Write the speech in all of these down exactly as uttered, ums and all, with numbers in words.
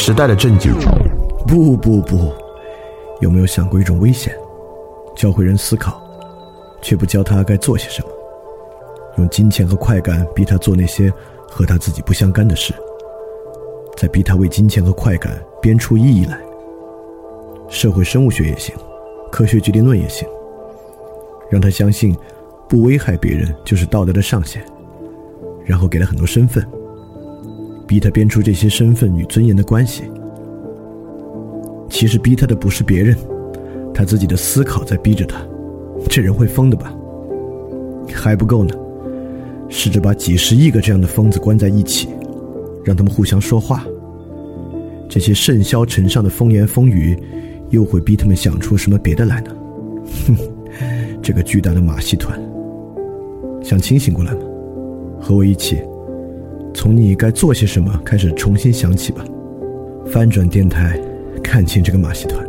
时代的震惊。 不不不，有没有想过一种危险？教会人思考，却不教他该做些什么，用金钱和快感逼他做那些和他自己不相干的事，再逼他为金钱和快感编出意义来。社会生物学也行，科学决定论也行，让他相信不危害别人就是道德的上限，然后给他很多身份，逼他编出这些身份与尊严的关系。其实逼他的不是别人，他自己的思考在逼着他。这人会疯的吧？还不够呢，试着把几十亿个这样的疯子关在一起，让他们互相说话。这些甚嚣尘上的风言风语，又会逼他们想出什么别的来呢？哼，这个巨大的马戏团。想清醒过来吗？和我一起，从你该做些什么开始重新想起吧。翻转电台，看清这个马戏团。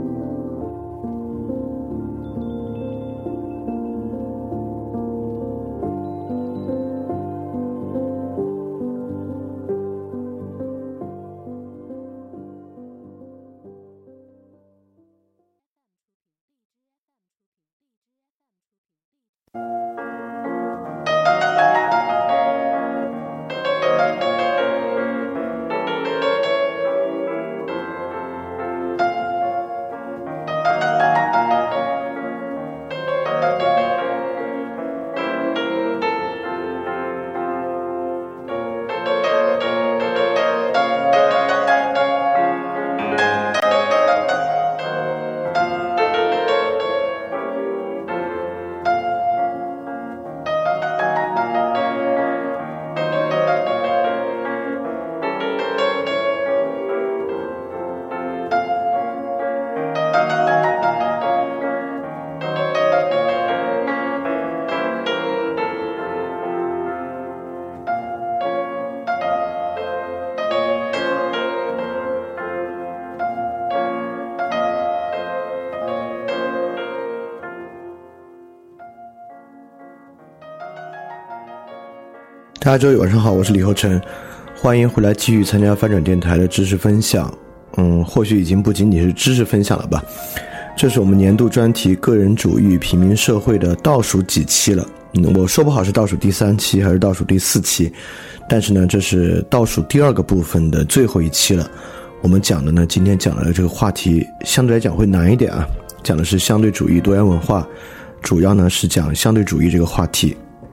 大家周一晚上好，我是李厚成，欢迎回来继续参加翻转电台的知识分享。嗯，或许已经不仅仅是知识分享了吧。这是我们年度专题个人主义与平民社会的倒数几期了。嗯，我说不好是倒数第三期还是倒数第四期，但是呢，这是倒数第二个部分的最后一期了。我们讲的呢，今天讲的这个话题相对来讲会难一点啊，讲的是相对主义多元文化，主要呢是讲相对主义这个话题。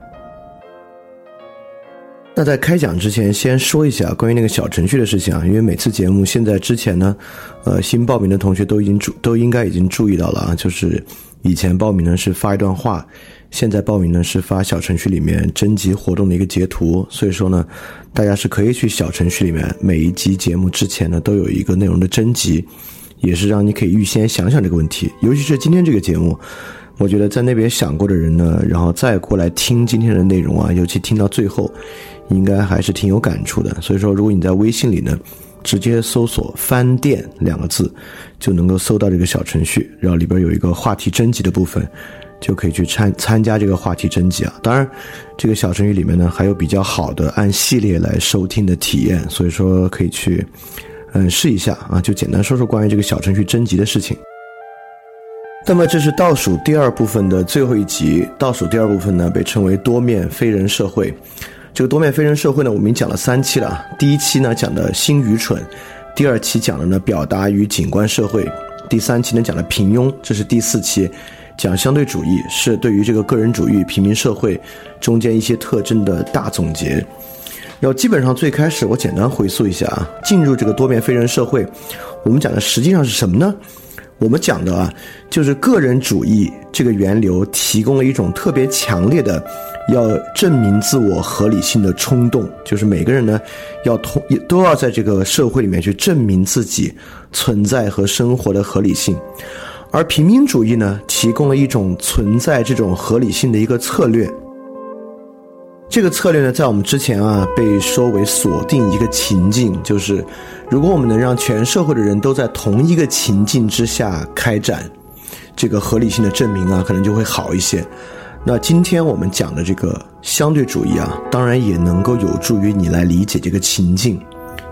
那在开讲之前先说一下关于那个小程序的事情啊，因为每次节目现在之前呢呃，新报名的同学都已经注都应该已经注意到了啊，就是以前报名呢是发一段话，现在报名呢是发小程序里面征集活动的一个截图，所以说呢大家是可以去小程序里面每一集节目之前呢都有一个内容的征集，也是让你可以预先想想这个问题，尤其是今天这个节目，我觉得在那边想过的人呢，然后再过来听今天的内容啊，尤其听到最后应该还是挺有感触的。所以说如果你在微信里呢直接搜索翻店两个字就能够搜到这个小程序，然后里边有一个话题征集的部分，就可以去参参加这个话题征集啊。当然这个小程序里面呢还有比较好的按系列来收听的体验，所以说可以去嗯试一下啊，就简单说说关于这个小程序征集的事情。那么这是倒数第二部分的最后一集，倒数第二部分呢被称为多面非人社会。这个多面非人社会呢我们已经讲了三期了，第一期呢讲的新愚蠢，第二期讲的呢表达与景观社会，第三期呢讲的平庸，这是第四期讲相对主义，是对于这个个人主义平民社会中间一些特征的大总结。然后基本上最开始我简单回溯一下啊，进入这个多面非人社会我们讲的实际上是什么呢？我们讲的啊，就是个人主义这个源流提供了一种特别强烈的要证明自我合理性的冲动，就是每个人呢要同都要在这个社会里面去证明自己存在和生活的合理性。而平民主义呢提供了一种存在这种合理性的一个策略。这个策略呢在我们之前啊被说为锁定一个情境，就是如果我们能让全社会的人都在同一个情境之下开展这个合理性的证明啊，可能就会好一些。那今天我们讲的这个相对主义啊，当然也能够有助于你来理解这个情境，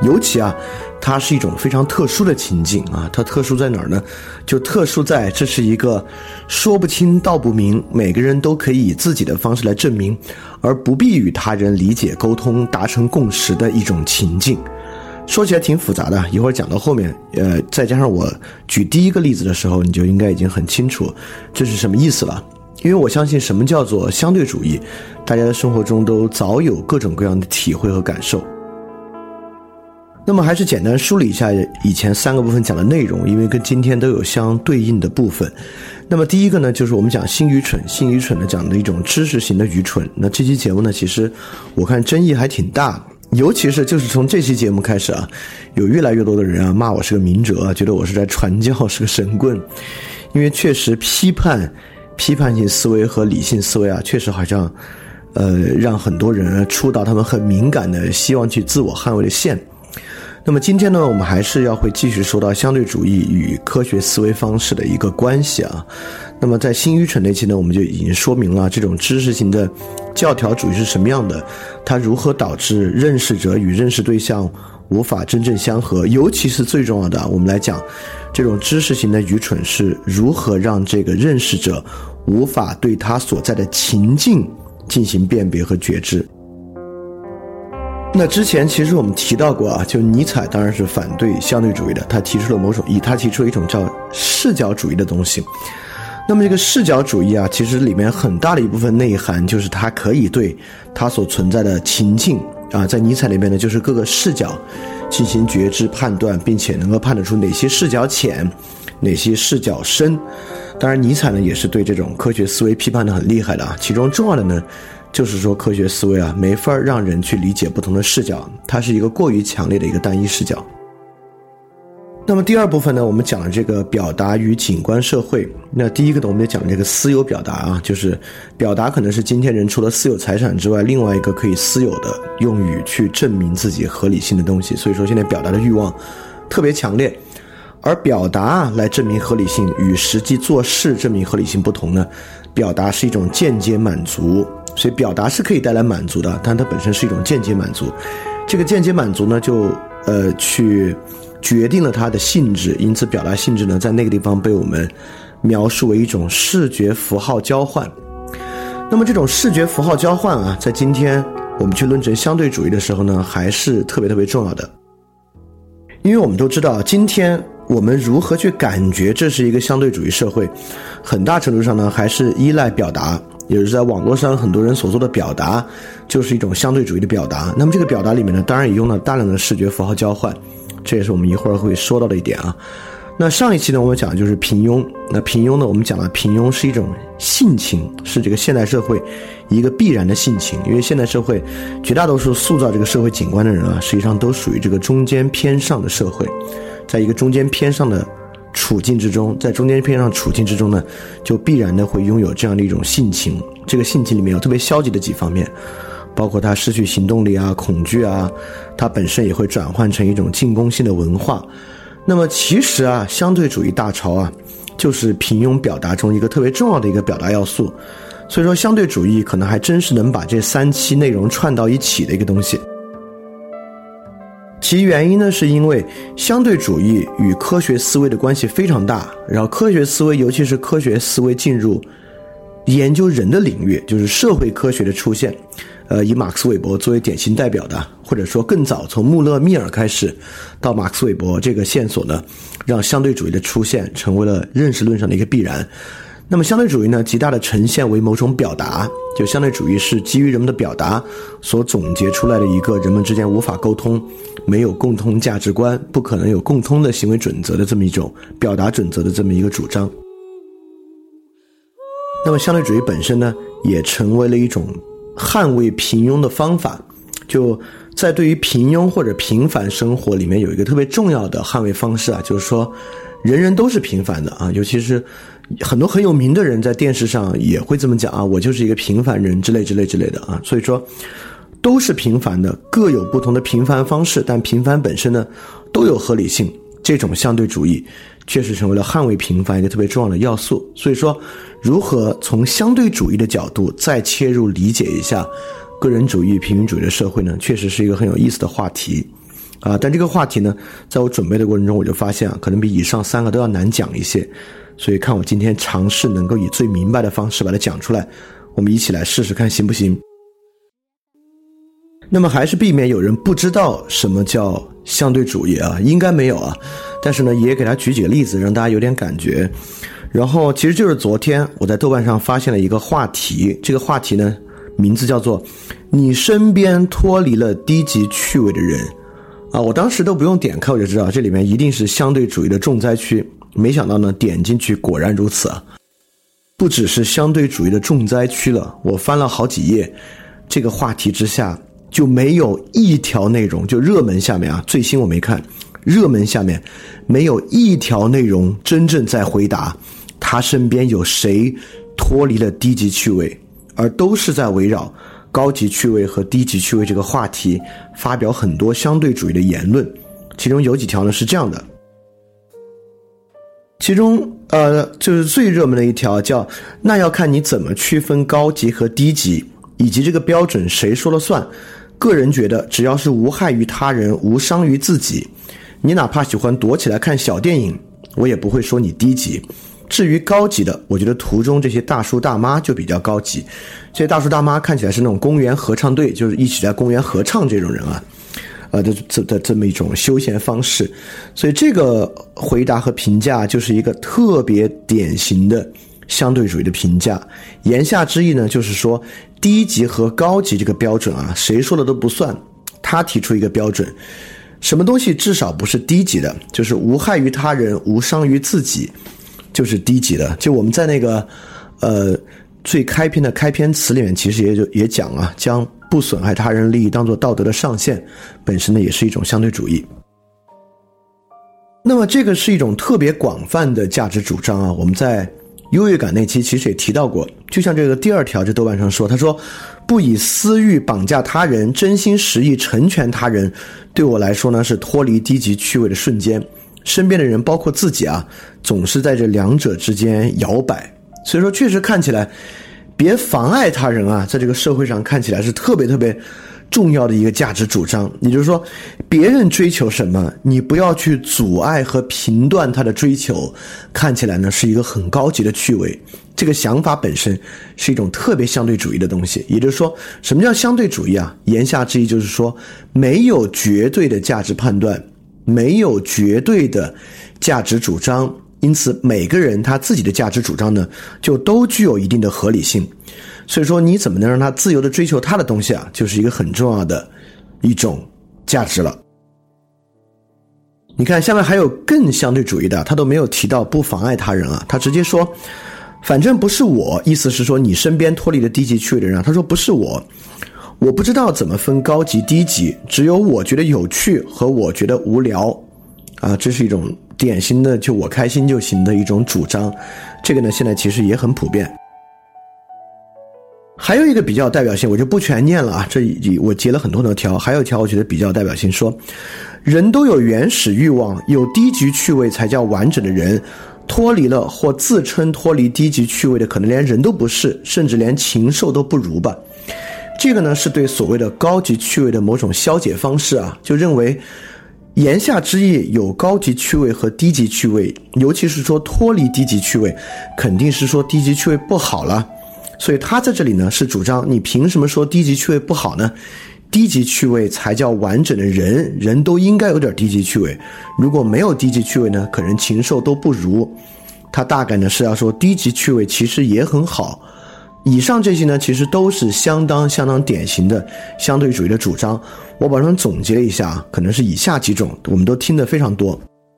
尤其啊它是一种非常特殊的情境啊，它特殊在哪儿呢？就特殊在这是一个说不清道不明，每个人都可以以自己的方式来证明，而不必与他人理解沟通达成共识的一种情境。说起来挺复杂的，一会儿讲到后面呃，再加上我举第一个例子的时候，你就应该已经很清楚这是什么意思了。因为我相信什么叫做相对主义，大家的生活中都早有各种各样的体会和感受。那么还是简单梳理一下以前三个部分讲的内容，因为跟今天都有相对应的部分。那么第一个呢，就是我们讲新愚蠢，新愚蠢呢讲的一种知识型的愚蠢。那这期节目呢，其实我看争议还挺大，尤其是就是从这期节目开始啊，有越来越多的人啊骂我是个明哲啊，觉得我是在传教，是个神棍。因为确实批判批判性思维和理性思维啊，确实好像呃让很多人啊触到他们很敏感的希望去自我捍卫的线。那么今天呢，我们还是要会继续说到相对主义与科学思维方式的一个关系啊。那么在新愚蠢那期呢，我们就已经说明了这种知识型的教条主义是什么样的，它如何导致认识者与认识对象无法真正相合，尤其是最重要的，我们来讲这种知识型的愚蠢是如何让这个认识者无法对他所在的情境进行辨别和觉知。那之前其实我们提到过啊，就尼采当然是反对相对主义的，他提出了某种意，他提出了一种叫视角主义的东西。那么这个视角主义啊，其实里面很大的一部分内涵就是它可以对它所存在的情境啊，在尼采里面呢，就是各个视角进行觉知判断，并且能够判断出哪些视角浅，哪些视角深。当然尼采呢也是对这种科学思维批判的很厉害的啊，其中重要的呢就是说科学思维啊没法让人去理解不同的视角，它是一个过于强烈的一个单一视角。那么第二部分呢，我们讲了这个表达与景观社会。那第一个呢，我们就讲这个私有表达啊，就是表达可能是今天人除了私有财产之外另外一个可以私有的用于去证明自己合理性的东西。所以说现在表达的欲望特别强烈，而表达来证明合理性与实际做事证明合理性不同呢，表达是一种间接满足，所以表达是可以带来满足的，但它本身是一种间接满足。这个间接满足呢，就呃去决定了它的性质，因此表达性质呢，在那个地方被我们描述为一种视觉符号交换。那么这种视觉符号交换啊，在今天我们去论证相对主义的时候呢，还是特别特别重要的。因为我们都知道，今天我们如何去感觉这是一个相对主义社会，很大程度上呢，还是依赖表达。也就是在网络上很多人所做的表达就是一种相对主义的表达。那么这个表达里面呢，当然也用了大量的视觉符号交换，这也是我们一会儿会说到的一点啊。那上一期呢，我们讲的就是平庸。那平庸呢，我们讲了平庸是一种性情，是这个现代社会一个必然的性情。因为现代社会绝大多数塑造这个社会景观的人啊，实际上都属于这个中间偏上的社会，在一个中间偏上的处境之中，在中间偏上处境之中呢，就必然的会拥有这样的一种性情。这个性情里面有特别消极的几方面，包括他失去行动力啊、恐惧啊，它本身也会转换成一种进攻性的文化。那么其实啊，相对主义大潮啊，就是平庸表达中一个特别重要的一个表达要素。所以说相对主义可能还真是能把这三期内容串到一起的一个东西。其原因呢，是因为相对主义与科学思维的关系非常大，然后科学思维，尤其是科学思维进入研究人的领域，就是社会科学的出现，呃，以马克思韦伯作为典型代表的，或者说更早从穆勒密尔开始到马克思韦伯这个线索呢，让相对主义的出现成为了认识论上的一个必然。那么相对主义呢，极大的呈现为某种表达，就相对主义是基于人们的表达所总结出来的一个人们之间无法沟通、没有共同价值观、不可能有共通的行为准则的这么一种表达准则的这么一个主张。那么相对主义本身呢，也成为了一种捍卫平庸的方法。就在对于平庸或者平凡生活里面有一个特别重要的捍卫方式啊，就是说人人都是平凡的啊，尤其是很多很有名的人在电视上也会这么讲啊，我就是一个平凡人之类之类之类的啊。所以说都是平凡的，各有不同的平凡方式，但平凡本身呢都有合理性。这种相对主义确实成为了捍卫平凡一个特别重要的要素。所以说如何从相对主义的角度再切入理解一下个人主义、平庸主义的社会呢，确实是一个很有意思的话题。 啊，但这个话题呢，在我准备的过程中，我就发现啊，可能比以上三个都要难讲一些，所以看我今天尝试能够以最明白的方式把它讲出来，我们一起来试试看行不行。那么还是避免有人不知道什么叫相对主义啊，应该没有啊，但是呢，也给他举几个例子，让大家有点感觉。然后其实就是昨天我在豆瓣上发现了一个话题，这个话题呢，名字叫做你身边脱离了低级趣味的人啊，我当时都不用点开我就知道这里面一定是相对主义的重灾区，没想到呢点进去果然如此啊，不只是相对主义的重灾区了，我翻了好几页，这个话题之下就没有一条内容，就热门下面啊，最新我没看，热门下面没有一条内容真正在回答他身边有谁脱离了低级趣味，而都是在围绕高级趣味和低级趣味这个话题发表很多相对主义的言论。其中有几条呢是这样的，其中呃就是最热门的一条叫那要看你怎么区分高级和低级，以及这个标准谁说了算。个人觉得只要是无害于他人无伤于自己，你哪怕喜欢躲起来看小电影，我也不会说你低级。至于高级的，我觉得图中这些大叔大妈就比较高级，这些大叔大妈看起来是那种公园合唱队，就是一起在公园合唱这种人啊，呃的这的这么一种休闲方式。所以这个回答和评价就是一个特别典型的相对主义的评价。言下之意呢，就是说低级和高级这个标准啊，谁说的都不算，他提出一个标准，什么东西至少不是低级的，就是无害于他人无伤于自己，就是低级的。就我们在那个呃最开篇的开篇词里面其实也就也讲啊，将不损害他人利益当作道德的上限，本身呢也是一种相对主义。那么这个是一种特别广泛的价值主张啊，我们在优越感那期其实也提到过，就像这个第二条在豆瓣上说，他说不以私欲绑架他人，真心实意成全他人，对我来说呢是脱离低级趣味的瞬间。身边的人包括自己啊，总是在这两者之间摇摆。所以说确实看起来别妨碍他人啊，在这个社会上看起来是特别特别重要的一个价值主张。也就是说别人追求什么，你不要去阻碍和评断他的追求，看起来呢是一个很高级的趣味。这个想法本身是一种特别相对主义的东西。也就是说什么叫相对主义啊？言下之意就是说没有绝对的价值判断，没有绝对的价值主张，因此每个人他自己的价值主张呢就都具有一定的合理性。所以说你怎么能让他自由的追求他的东西啊，就是一个很重要的一种价值了。你看下面还有更相对主义的，他都没有提到不妨碍他人啊，他直接说反正不是我，意思是说你身边脱离了低级趣味的人啊，他说不是我，我不知道怎么分高级低级，只有我觉得有趣和我觉得无聊啊，这是一种典型的就我开心就行的一种主张。这个呢现在其实也很普遍。还有一个比较代表性，我就不全念了啊，这我截了很多的条，还有一条我觉得比较代表性，说人都有原始欲望，有低级趣味才叫完整的人，脱离了或自称脱离低级趣味的可能连人都不是，甚至连禽兽都不如吧。这个呢是对所谓的高级趣味的某种消解方式啊，就认为言下之意有高级趣味和低级趣味，尤其是说脱离低级趣味，肯定是说低级趣味不好了。所以他在这里呢是主张你凭什么说低级趣味不好呢？低级趣味才叫完整的人，人都应该有点低级趣味，如果没有低级趣味呢，可能禽兽都不如。他大概呢是要说低级趣味其实也很好。以上这些呢其实都是相当相当典型的相对主义的主张，我把它们总结了一下，可能是以下几种我们都听得非常多。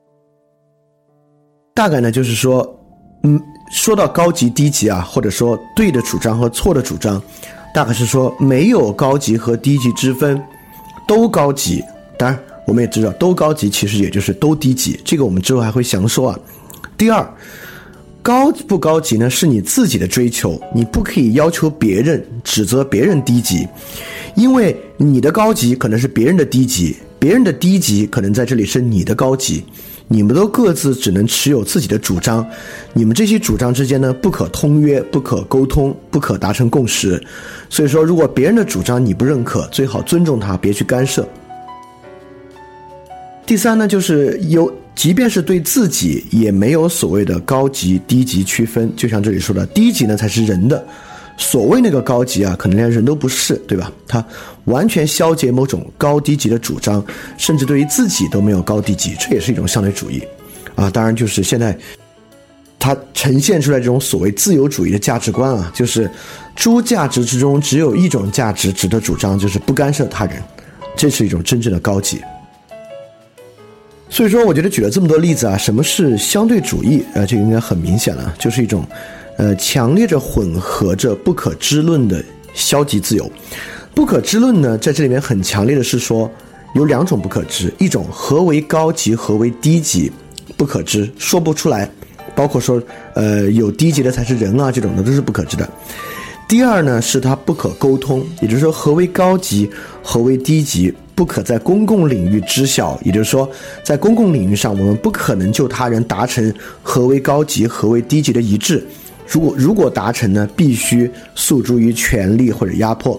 大概呢就是说嗯，说到高级低级啊，或者说对的主张和错的主张，大概是说没有高级和低级之分，都高级。当然我们也知道都高级其实也就是都低级，这个我们之后还会详说啊。第二，高不高级呢是你自己的追求，你不可以要求别人，指责别人低级，因为你的高级可能是别人的低级，别人的低级可能在这里是你的高级，你们都各自只能持有自己的主张，你们这些主张之间呢不可通约，不可沟通，不可达成共识。所以说如果别人的主张你不认可，最好尊重他，别去干涉。 第三呢，就是有即便是对自己也没有所谓的高级低级区分，就像这里说的，低级呢才是人的，所谓那个高级啊，可能连人都不是，对吧？他完全消解某种高低级的主张，甚至对于自己都没有高低级，这也是一种相对主义啊。当然就是现在它呈现出来这种所谓自由主义的价值观啊，就是诸价值之中只有一种价值值得主张，就是不干涉他人，这是一种真正的高级。所以说我觉得举了这么多例子啊，什么是相对主义呃，这个应该很明显了，就是一种呃强烈着混合着不可知论的消极自由。不可知论呢，在这里面很强烈的是说有两种不可知，一种何为高级何为低级不可知，说不出来，包括说呃有低级的才是人啊，这种的都是不可知的。第二呢，是它不可沟通，也就是说何为高级何为低级不可在公共领域知晓，也就是说在公共领域上我们不可能就他人达成何为高级何为低级的一致，如果如果达成呢，必须诉诸于权力或者压迫。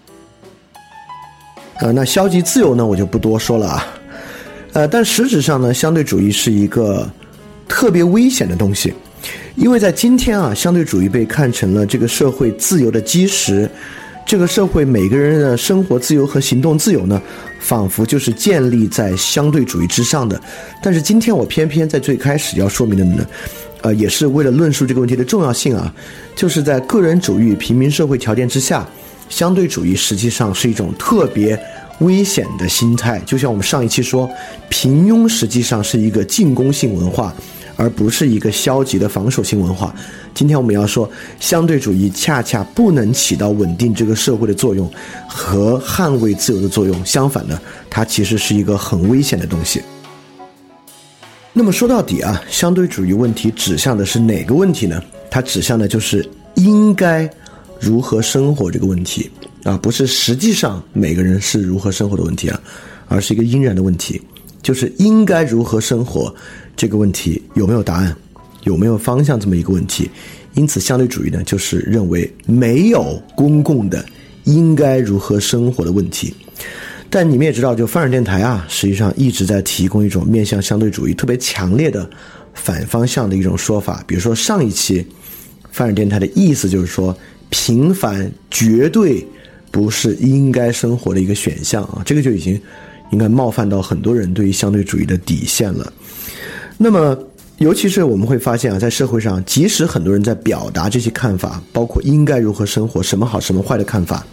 呃，那消极自由呢，我就不多说了啊。呃，但实质上呢，相对主义是一个特别危险的东西，因为在今天啊，相对主义被看成了这个社会自由的基石。这个社会每个人的生活自由和行动自由呢，仿佛就是建立在相对主义之上的。但是今天我偏偏在最开始要说明的呢，呃，也是为了论述这个问题的重要性啊，就是在个人主义平民社会条件之下，相对主义实际上是一种特别危险的心态。就像我们上一期说，平庸实际上是一个进攻性文化，而不是一个消极的防守性文化。今天我们要说，相对主义恰恰不能起到稳定这个社会的作用和捍卫自由的作用，相反的，它其实是一个很危险的东西。那么说到底啊，相对主义问题指向的是哪个问题呢？它指向的就是应该如何生活这个问题啊，不是实际上每个人是如何生活的问题啊，而是一个应然的问题，就是应该如何生活这个问题有没有答案，有没有方向这么一个问题。因此相对主义呢，就是认为没有公共的应该如何生活的问题。但你们也知道，就翻转电台啊，实际上一直在提供一种面向相对主义特别强烈的反方向的一种说法。比如说上一期翻转电台的意思就是说，平凡绝对不是应该生活的一个选项啊，这个就已经应该冒犯到很多人对于相对主义的底线了。那么尤其是我们会发现啊，在社会上即使很多人在表达这些看法，包括应该如何生活什么好什么坏的看法，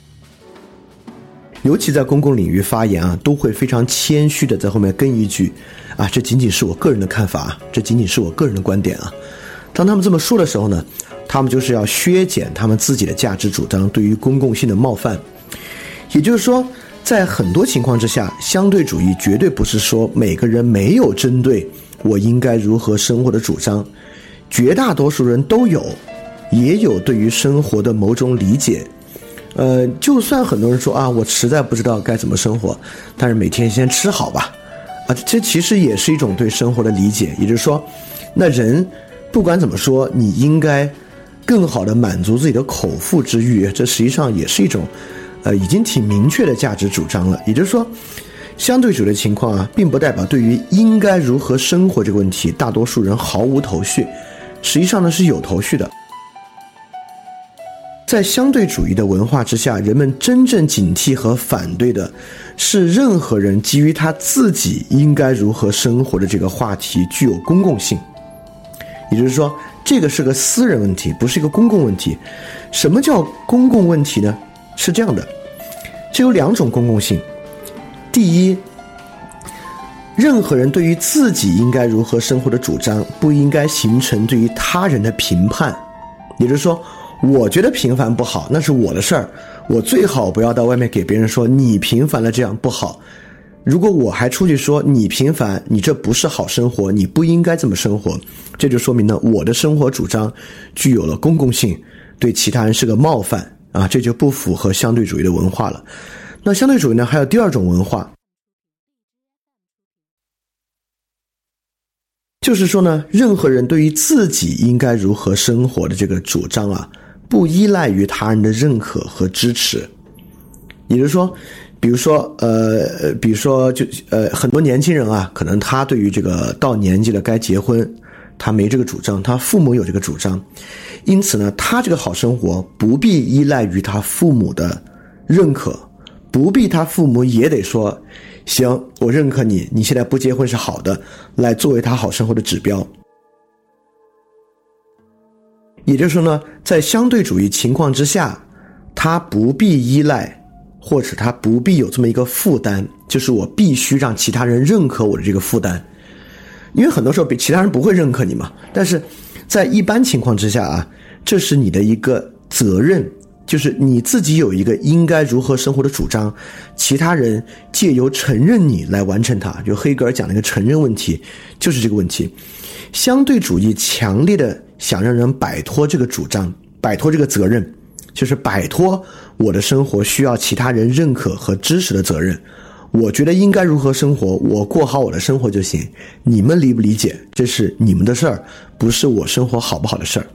尤其在公共领域发言啊，都会非常谦虚的在后面跟一句啊，这仅仅是我个人的看法，这仅仅是我个人的观点啊。当他们这么说的时候呢，他们就是要削减他们自己的价值主张对于公共性的冒犯。也就是说，在很多情况之下，相对主义绝对不是说每个人没有针对我应该如何生活的主张，绝大多数人都有，也有对于生活的某种理解。呃，就算很多人说啊，我实在不知道该怎么生活，但是每天先吃好吧，啊，这其实也是一种对生活的理解。也就是说，那人不管怎么说，你应该更好的满足自己的口腹之欲，这实际上也是一种呃已经挺明确的价值主张了。也就是说，相对主义的情况啊，并不代表对于应该如何生活这个问题，大多数人毫无头绪，实际上呢是有头绪的。在相对主义的文化之下，人们真正警惕和反对的是任何人基于他自己应该如何生活的这个话题具有公共性。也就是说，这个是个私人问题，不是一个公共问题。什么叫公共问题呢？是这样的，这有两种公共性。第一，任何人对于自己应该如何生活的主张，不应该形成对于他人的评判。也就是说，我觉得平凡不好，那是我的事儿，我最好不要到外面给别人说你平凡了这样不好。如果我还出去说你平凡，你这不是好生活，你不应该这么生活，这就说明呢，我的生活主张具有了公共性，对其他人是个冒犯啊，这就不符合相对主义的文化了。那相对主义呢，还有第二种文化，就是说呢，任何人对于自己应该如何生活的这个主张啊，不依赖于他人的认可和支持。也就是说，比比如说呃比如说就呃很多年轻人啊，可能他对于这个到年纪了该结婚，他没这个主张，他父母有这个主张，因此呢，他这个好生活不必依赖于他父母的认可，不必他父母也得说行，我认可你，你现在不结婚是好的，来作为他好生活的指标。也就是说呢，在相对主义情况之下，他不必依赖，或者他不必有这么一个负担，就是我必须让其他人认可我的这个负担。因为很多时候其他人不会认可你嘛，但是在一般情况之下啊，这是你的一个责任，就是你自己有一个应该如何生活的主张，其他人借由承认你来完成它。就黑格尔讲的一个承认问题，就是这个问题。相对主义强烈的想让人摆脱这个主张，摆脱这个责任，就是摆脱我的生活需要其他人认可和支持的责任。我觉得应该如何生活，我过好我的生活就行，你们理不理解这是你们的事儿，不是我生活好不好的事儿。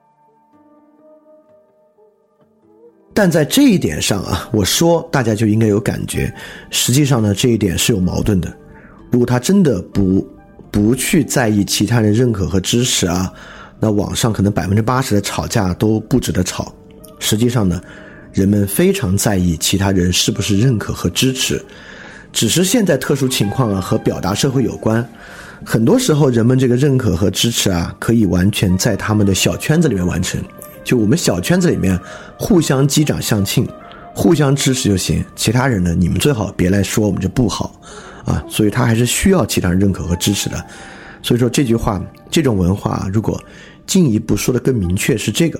但在这一点上啊，我说大家就应该有感觉，实际上呢，这一点是有矛盾的。如果他真的不不去在意其他人认可和支持啊，那网上可能 百分之八十 的吵架都不值得吵。实际上呢，人们非常在意其他人是不是认可和支持，只是现在特殊情况啊和表达社会有关。很多时候人们这个认可和支持啊，可以完全在他们的小圈子里面完成。就我们小圈子里面互相击掌相庆，互相支持就行，其他人呢，你们最好别来说我们这不好啊。所以他还是需要其他人认可和支持的。所以说这句话，这种文化如果进一步说得更明确，是这个，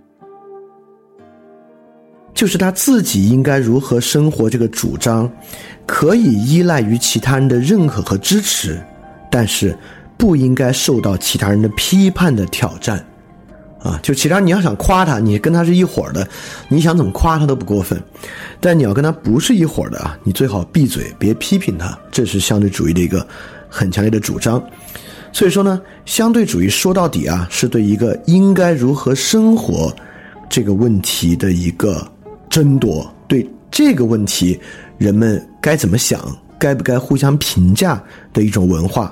就是他自己应该如何生活这个主张可以依赖于其他人的认可和支持，但是不应该受到其他人的批判的挑战啊。就其他人你要想夸他，你跟他是一伙的，你想怎么夸他都不过分，但你要跟他不是一伙的啊，你最好闭嘴，别批评他。这是相对主义的一个很强烈的主张。所以说呢，相对主义说到底啊，是对一个应该如何生活这个问题的一个争夺，对这个问题人们该怎么想，该不该互相评价的一种文化。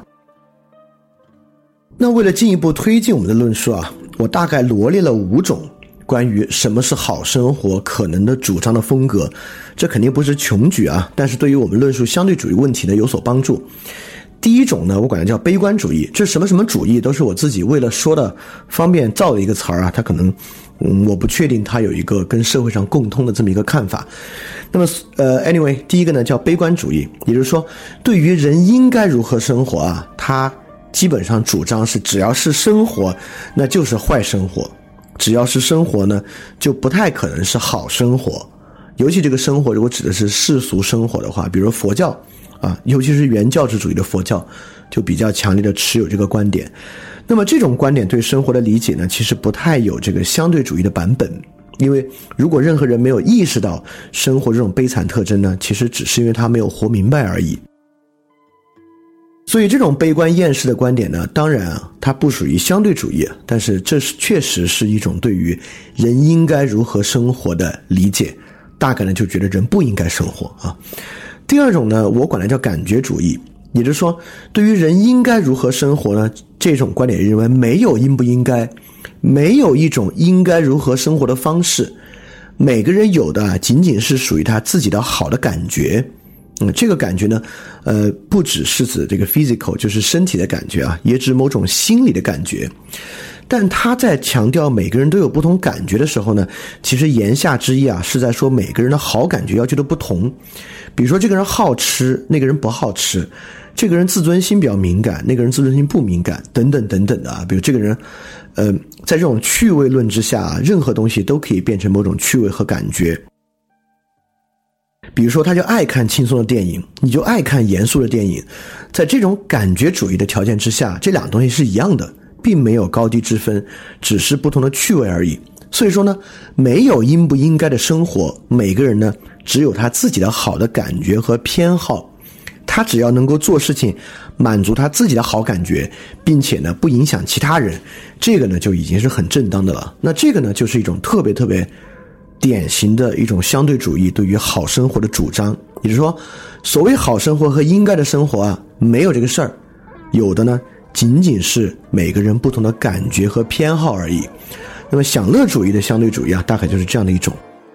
那为了进一步推进我们的论述啊，我大概罗列了五种关于什么是好生活可能的主张的风格。这肯定不是穷举啊，但是对于我们论述相对主义问题呢有所帮助。第一种呢，我管它叫悲观主义，这什么什么主义都是我自己为了说的方便造的一个词儿啊，它可能嗯，我不确定它有一个跟社会上共通的这么一个看法。那么呃 anyway 第一个呢叫悲观主义，也就是说对于人应该如何生活啊，它基本上主张是只要是生活那就是坏生活，只要是生活呢就不太可能是好生活。尤其这个生活如果指的是世俗生活的话，比如佛教啊，尤其是原教旨主义的佛教就比较强烈的持有这个观点。那么这种观点对生活的理解呢，其实不太有这个相对主义的版本。因为如果任何人没有意识到生活这种悲惨特征呢，其实只是因为他没有活明白而已。所以这种悲观厌世的观点呢，当然啊，它不属于相对主义，但是这是确实是一种对于人应该如何生活的理解，大概呢就觉得人不应该生活啊。第二种呢，我管它叫感觉主义，也就是说对于人应该如何生活呢，这种观点认为没有应不应该，没有一种应该如何生活的方式，每个人有的啊仅仅是属于他自己的好的感觉。嗯，这个感觉呢呃，不只是指这个 physical 就是身体的感觉啊，也指某种心理的感觉。但他在强调每个人都有不同感觉的时候呢，其实言下之意啊是在说每个人的好感觉要求的不同。比如说这个人好吃，那个人不好吃，这个人自尊心比较敏感，那个人自尊心不敏感，等等等等的啊。比如这个人呃，在这种趣味论之下，任何东西都可以变成某种趣味和感觉。比如说他就爱看轻松的电影，你就爱看严肃的电影，在这种感觉主义的条件之下，这两个东西是一样的，并没有高低之分，只是不同的趣味而已。所以说呢，没有应不应该的生活，每个人呢只有他自己的好的感觉和偏好，他只要能够做事情满足他自己的好感觉，并且呢不影响其他人，这个呢就已经是很正当的了。那这个呢就是一种特别特别典型的一种相对主义对于好生活的主张， 也就是说，所谓好生活和应该的生活啊，没有这个事儿，有的呢仅仅是每个人不同的感觉和偏好而已。那么享乐主义的相对主义啊，大概就是这样的一种。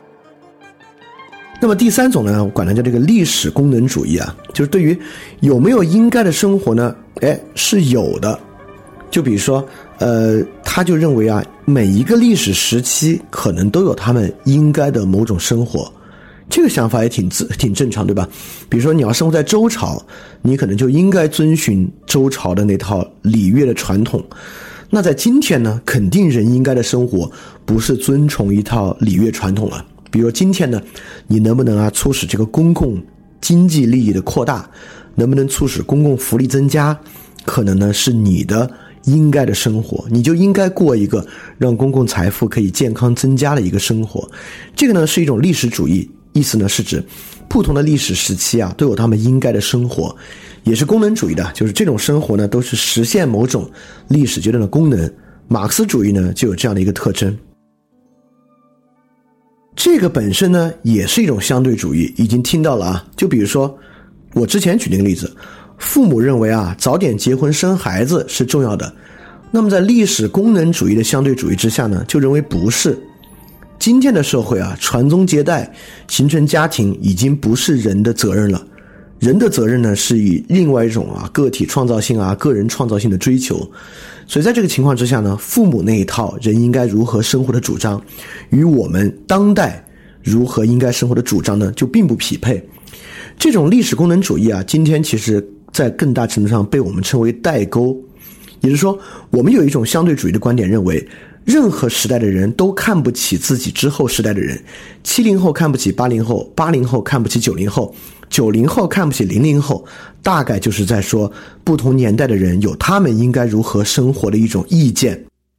那么第三种呢，我管它叫这个历史功能主义啊，就是对于有没有应该的生活呢，哎，是有的。就比如说呃，他就认为啊，每一个历史时期可能都有他们应该的某种生活，这个想法也挺自挺正常，对吧？比如说你要生活在周朝，你可能就应该遵循周朝的那套礼乐的传统。那在今天呢，肯定人应该的生活不是遵从一套礼乐传统了。比如今天呢，你能不能啊促使这个公共经济利益的扩大，能不能促使公共福利增加，可能呢是你的应该的生活，你就应该过一个让公共财富可以健康增加的一个生活。这个呢是一种历史主义，意思呢是指不同的历史时期啊都有他们应该的生活，也是功能主义的，就是这种生活呢都是实现某种历史阶段的功能。马克思主义呢就有这样的一个特征。这个本身呢也是一种相对主义，已经听到了啊。就比如说我之前举那个例子，父母认为啊早点结婚生孩子是重要的，那么在历史功能主义的相对主义之下呢，就认为不是。今天的社会啊，传宗接代形成家庭已经不是人的责任了，人的责任呢是以另外一种啊个体创造性啊个人创造性的追求。所以在这个情况之下呢，父母那一套人应该如何生活的主张与我们当代如何应该生活的主张呢就并不匹配。这种历史功能主义啊，今天其实在更大程度上被我们称为代沟。也就是说，我们有一种相对主义的观点，认为任何时代的人都看不起自己之后时代的人，七零后看不起八零后，八零后看不起九零后，九零后看不起零零后，大概就是在说不同年代的人有他们应该如何生活的一种意见。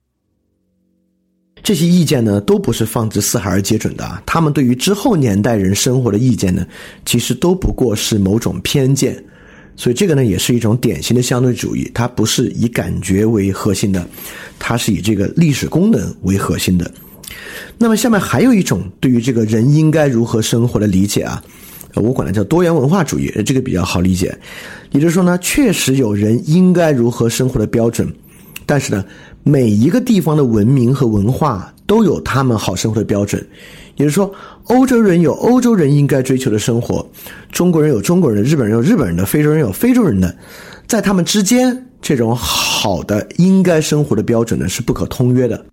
这些意见呢都不是放之四海而皆准的，他们对于之后年代人生活的意见呢其实都不过是某种偏见。所以这个呢也是一种典型的相对主义，它不是以感觉为核心的，它是以这个历史功能为核心的。那么下面还有一种对于这个人应该如何生活的理解啊，我管它叫多元文化主义，这个比较好理解。也就是说呢，确实有人应该如何生活的标准，但是呢每一个地方的文明和文化都有他们好生活的标准。也就是说，欧洲人有欧洲人应该追求的生活，中国人有中国人的，日本人有日本人的，非洲人有非洲人的，在他们之间这种好的应该生活的标准呢是不可通约的。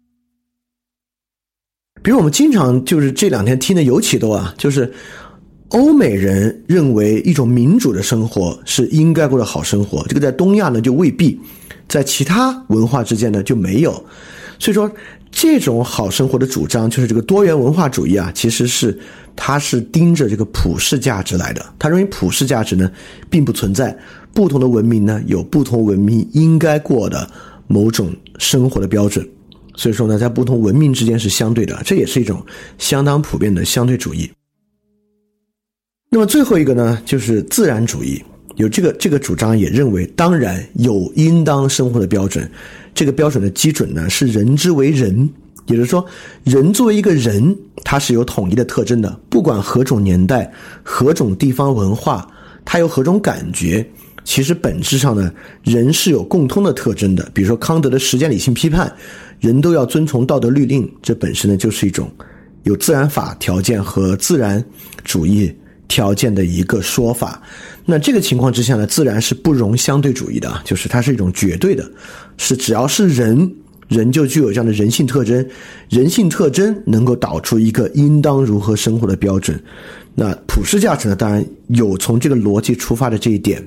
比如我们经常就是这两天听的尤其多啊，就是欧美人认为一种民主的生活是应该过的好生活，这个在东亚呢就未必，在其他文化之间呢就没有。所以说这种好生活的主张，就是这个多元文化主义啊，其实是它是盯着这个普世价值来的。他认为普世价值呢并不存在，不同的文明呢有不同文明应该过的某种生活的标准。所以说呢，在不同文明之间是相对的，这也是一种相当普遍的相对主义。那么最后一个呢，就是自然主义。有这个这个主张也认为，当然有应当生活的标准，这个标准的基准呢是人之为人，也就是说人作为一个人，他是有统一的特征的，不管何种年代何种地方文化，他有何种感觉，其实本质上呢人是有共通的特征的。比如说康德的实践理性批判，人都要遵从道德律令，这本身呢就是一种有自然法条件和自然主义条件的一个说法。那这个情况之下呢，自然是不容相对主义的，就是它是一种绝对的，是只要是人，人就具有这样的人性特征，人性特征能够导出一个应当如何生活的标准。那普世价值呢，当然有从这个逻辑出发的这一点。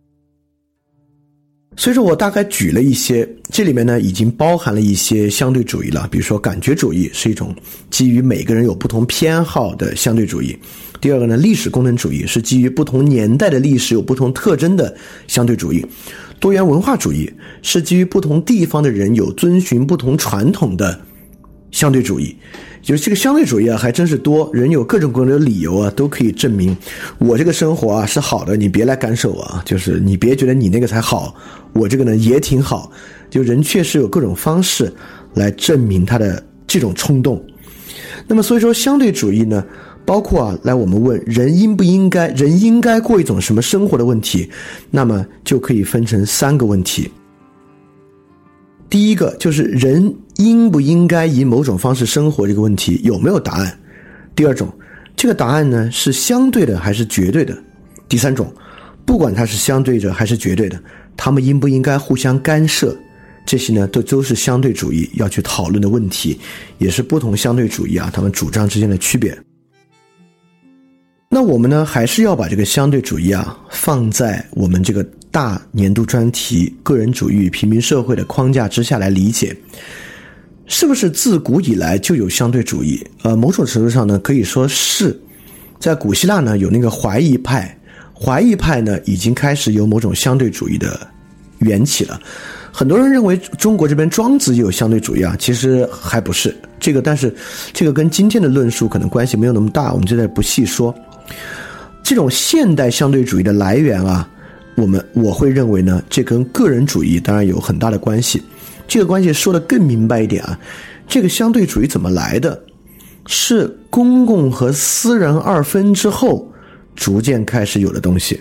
所以说我大概举了一些，这里面呢已经包含了一些相对主义了，比如说感觉主义是一种基于每个人有不同偏好的相对主义。第二个呢，历史功能主义是基于不同年代的历史有不同特征的相对主义。多元文化主义是基于不同地方的人有遵循不同传统的相对主义。就是这个相对主义啊还真是多，人有各种各样的理由啊都可以证明我这个生活啊是好的，你别来干涉我啊，就是你别觉得你那个才好，我这个呢也挺好。就人确实有各种方式来证明他的这种冲动。那么所以说相对主义呢包括啊，来我们问人应不应该，人应该过一种什么生活的问题，那么就可以分成三个问题。第一个就是人应不应该以某种方式生活这个问题有没有答案。第二种，这个答案呢是相对的还是绝对的。第三种，不管它是相对的还是绝对的，他们应不应该互相干涉，这些呢都都是相对主义要去讨论的问题，也是不同相对主义啊他们主张之间的区别。那我们呢还是要把这个相对主义啊放在我们这个大年度专题个人主义与平民社会的框架之下来理解。是不是自古以来就有相对主义？呃，某种程度上呢可以说是。在古希腊呢有那个怀疑派，怀疑派呢已经开始有某种相对主义的缘起了。很多人认为中国这边庄子也有相对主义啊，其实还不是这个，但是这个跟今天的论述可能关系没有那么大，我们就在不细说。这种现代相对主义的来源啊，我们我会认为呢，这跟个人主义当然有很大的关系。这个关系说得更明白一点啊，这个相对主义怎么来的？是公共和私人二分之后逐渐开始有的东西。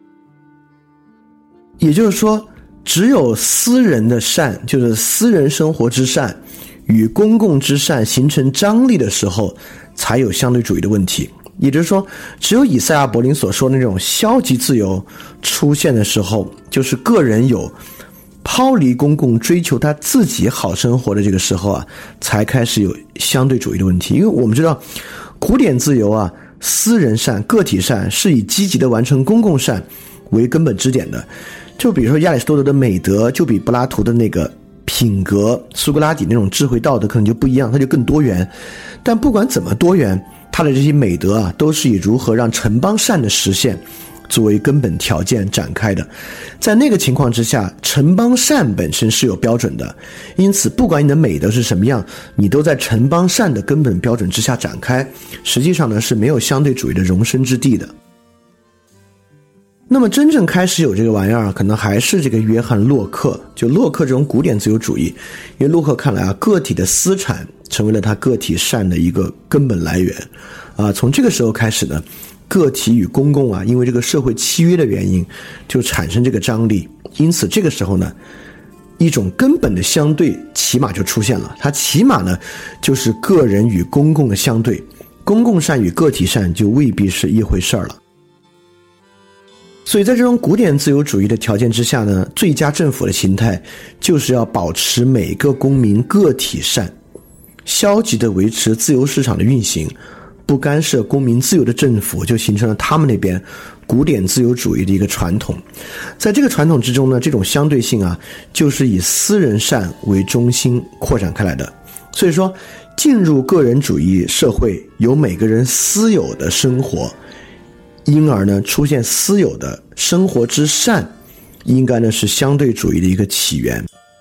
也就是说，只有私人的善，就是私人生活之善与公共之善形成张力的时候，才有相对主义的问题。也就是说，只有以赛亚·柏林所说的那种消极自由出现的时候，就是个人有抛离公共追求他自己好生活的这个时候啊，才开始有相对主义的问题。因为我们知道古典自由啊，私人善个体善是以积极的完成公共善为根本支点的。就比如说亚里士多德的美德就比柏拉图的那个品格，苏格拉底那种智慧道德可能就不一样，它就更多元。但不管怎么多元，它的这些美德啊，都是以如何让城邦善的实现作为根本条件展开的。在那个情况之下，城邦善本身是有标准的，因此不管你的美德是什么样，你都在城邦善的根本标准之下展开，实际上呢是没有相对主义的容身之地的。那么真正开始有这个玩意儿，可能还是这个约翰洛克，就洛克这种古典自由主义。因为洛克看来啊，个体的私产成为了他个体善的一个根本来源啊。从这个时候开始呢，个体与公共啊，因为这个社会契约的原因，就产生这个张力。因此这个时候呢，一种根本的相对起码就出现了，它起码呢就是个人与公共的相对，公共善与个体善就未必是一回事儿了。所以在这种古典自由主义的条件之下呢，最佳政府的形态就是要保持每个公民个体善，消极的维持自由市场的运行，不干涉公民自由的政府，就形成了他们那边古典自由主义的一个传统。在这个传统之中呢，这种相对性啊，就是以私人善为中心扩展开来的。所以说，进入个人主义社会，有每个人私有的生活，因而呢，出现私有的生活之善，应该呢是相对主义的一个起源。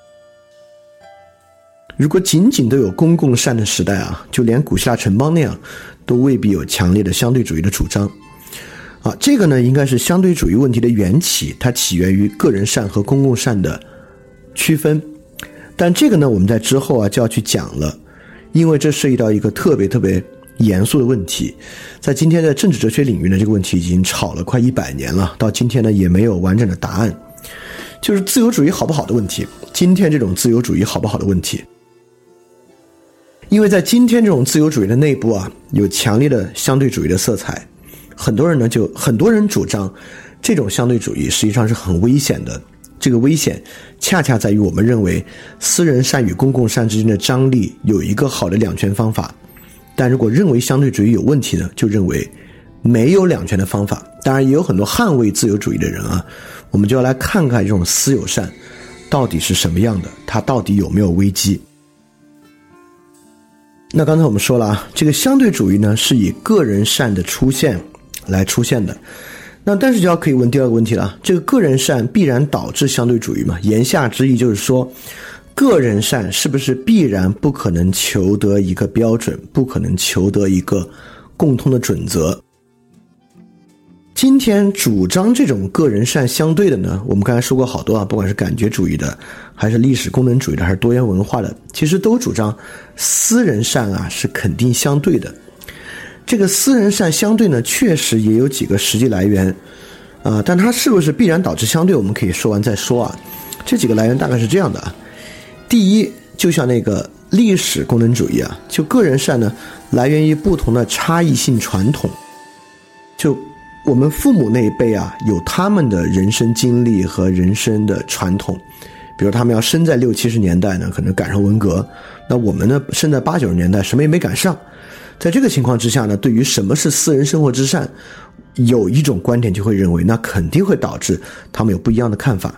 如果仅仅都有公共善的时代啊，就连古希腊城邦那样，都未必有强烈的相对主义的主张。啊，这个呢应该是相对主义问题的缘起，它起源于个人善和公共善的区分。但这个呢，我们在之后啊就要去讲了，因为这涉及到一个特别特别严肃的问题。在今天的政治哲学领域呢，这个问题已经吵了快一百年了，到今天呢也没有完整的答案，就是自由主义好不好的问题。今天这种自由主义好不好的问题，因为在今天这种自由主义的内部啊，有强烈的相对主义的色彩。很多人呢，就很多人主张这种相对主义实际上是很危险的。这个危险恰恰在于我们认为私人善与公共善之间的张力有一个好的两全方法。但如果认为相对主义有问题呢，就认为没有两全的方法。当然也有很多捍卫自由主义的人啊，我们就要来看看这种私有善到底是什么样的，它到底有没有危机。那刚才我们说了啊，这个相对主义呢是以个人善的出现来出现的。那但是就要可以问第二个问题了，这个个人善必然导致相对主义吗？言下之意就是说，个人善是不是必然不可能求得一个标准，不可能求得一个共通的准则？今天主张这种个人善相对的呢，我们刚才说过好多啊，不管是感觉主义的，还是历史功能主义的，还是多元文化的，其实都主张私人善啊是肯定相对的。 这个私人善相对呢，确实也有几个实际来源，啊、呃，但它是不是必然导致相对，我们可以说完再说啊。这几个来源大概是这样的啊。第一，就像那个历史功能主义啊，就个人善呢，来源于不同的差异性传统。就我们父母那一辈啊，有他们的人生经历和人生的传统，比如他们要生在六七十年代呢，可能赶上文革，那我们呢生在八九十年代，什么也没赶上。在这个情况之下呢，对于什么是私人生活之善，有一种观点就会认为，那肯定会导致他们有不一样的看法。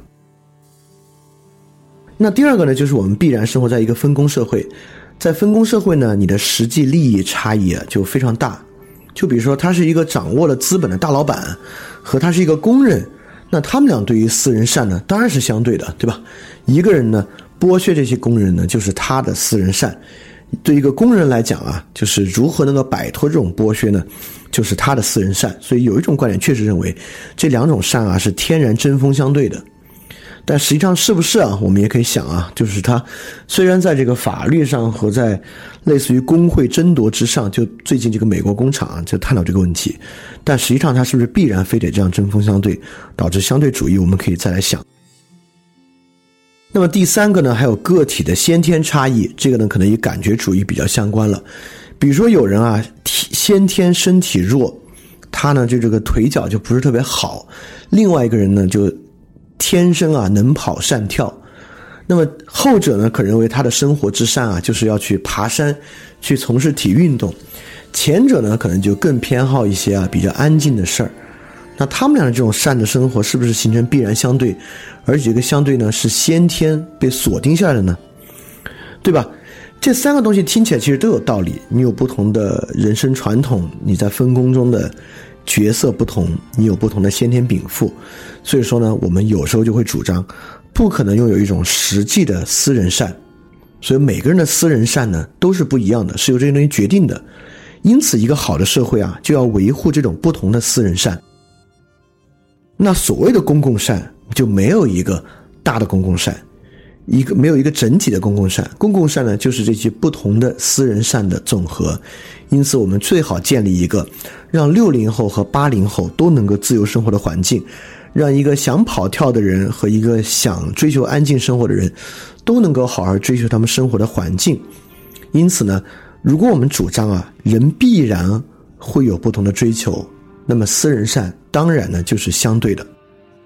那第二个呢，就是我们必然生活在一个分工社会，在分工社会呢，你的实际利益差异啊就非常大。就比如说他是一个掌握了资本的大老板，和他是一个工人，那他们俩对于私人善呢当然是相对的，对吧？一个人呢剥削这些工人呢，就是他的私人善。对一个工人来讲啊，就是如何能够摆脱这种剥削呢，就是他的私人善。所以有一种观点确实认为这两种善啊是天然针锋相对的。但实际上是不是啊，我们也可以想啊，就是他虽然在这个法律上和在类似于工会争夺之上，就最近这个美国工厂啊就探讨这个问题，但实际上他是不是必然非得这样针锋相对，导致相对主义，我们可以再来想。那么第三个呢，还有个体的先天差异，这个呢可能与感觉主义比较相关了。比如说有人啊先天身体弱，他呢就这个腿脚就不是特别好，另外一个人呢就天生啊能跑善跳，那么后者呢可认为他的生活之善啊就是要去爬山，去从事体育运动，前者呢可能就更偏好一些啊比较安静的事儿。那他们俩的这种善的生活是不是形成必然相对，而且这个相对呢是先天被锁定下来的呢？对吧？这三个东西听起来其实都有道理，你有不同的人生传统，你在分工中的角色不同，你有不同的先天禀赋，所以说呢我们有时候就会主张不可能拥有一种实际的私人善，所以每个人的私人善呢都是不一样的，是由这些东西决定的。因此一个好的社会啊就要维护这种不同的私人善。那所谓的公共善就没有一个大的公共善，一个没有一个整体的公共善，公共善呢就是这些不同的私人善的总和。因此我们最好建立一个让六零后和八零后都能够自由生活的环境，让一个想跑跳的人和一个想追求安静生活的人都能够好好追求他们生活的环境。因此呢，如果我们主张啊人必然会有不同的追求，那么私人善当然呢就是相对的。